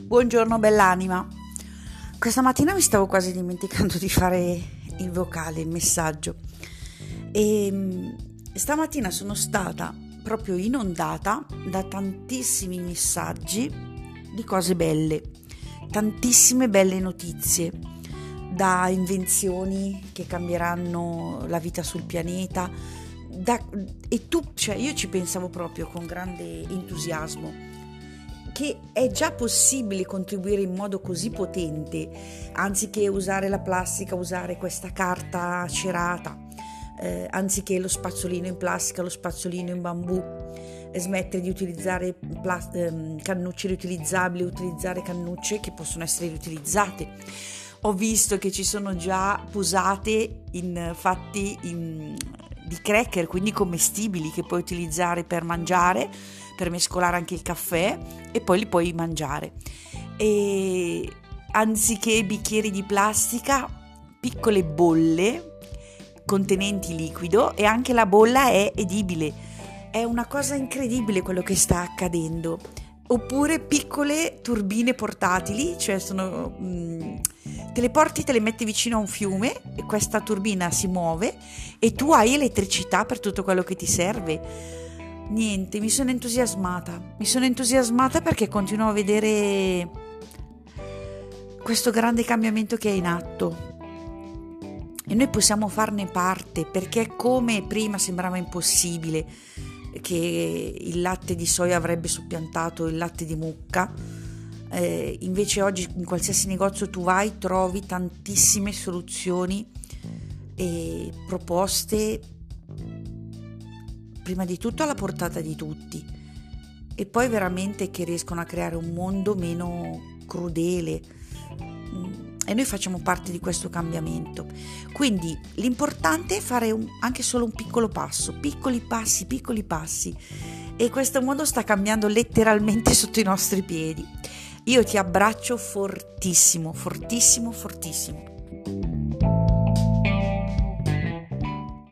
Buongiorno bell'anima. Questa mattina mi stavo quasi dimenticando di fare il vocale, il messaggio. Stamattina sono stata proprio inondata da tantissimi messaggi di cose belle, tantissime belle notizie, da invenzioni che cambieranno la vita sul pianeta. Io ci pensavo proprio con grande entusiasmo che è già possibile contribuire in modo così potente, anziché usare la plastica, usare questa carta cerata, anziché lo spazzolino in plastica, lo spazzolino in bambù, smettere di utilizzare cannucce riutilizzabili, utilizzare cannucce che possono essere riutilizzate. Ho visto che ci sono già posate di cracker, quindi commestibili, che puoi utilizzare per mangiare, per mescolare anche il caffè e poi li puoi mangiare. E anziché bicchieri di plastica, piccole bolle contenenti liquido, e anche la bolla è edibile. È una cosa incredibile quello che sta accadendo. Oppure piccole turbine portatili, cioè te le porti, te le metti vicino a un fiume e questa turbina si muove e tu hai elettricità per tutto quello che ti serve. Niente, mi sono entusiasmata perché continuo a vedere questo grande cambiamento che è in atto e noi possiamo farne parte, perché come prima sembrava impossibile che il latte di soia avrebbe soppiantato il latte di mucca, invece oggi in qualsiasi negozio tu vai trovi tantissime soluzioni e proposte, prima di tutto alla portata di tutti, e poi veramente che riescono a creare un mondo meno crudele, e noi facciamo parte di questo cambiamento. Quindi l'importante è fare anche solo un piccolo passo, piccoli passi, e questo mondo sta cambiando letteralmente sotto i nostri piedi. Io ti abbraccio fortissimo, fortissimo, fortissimo.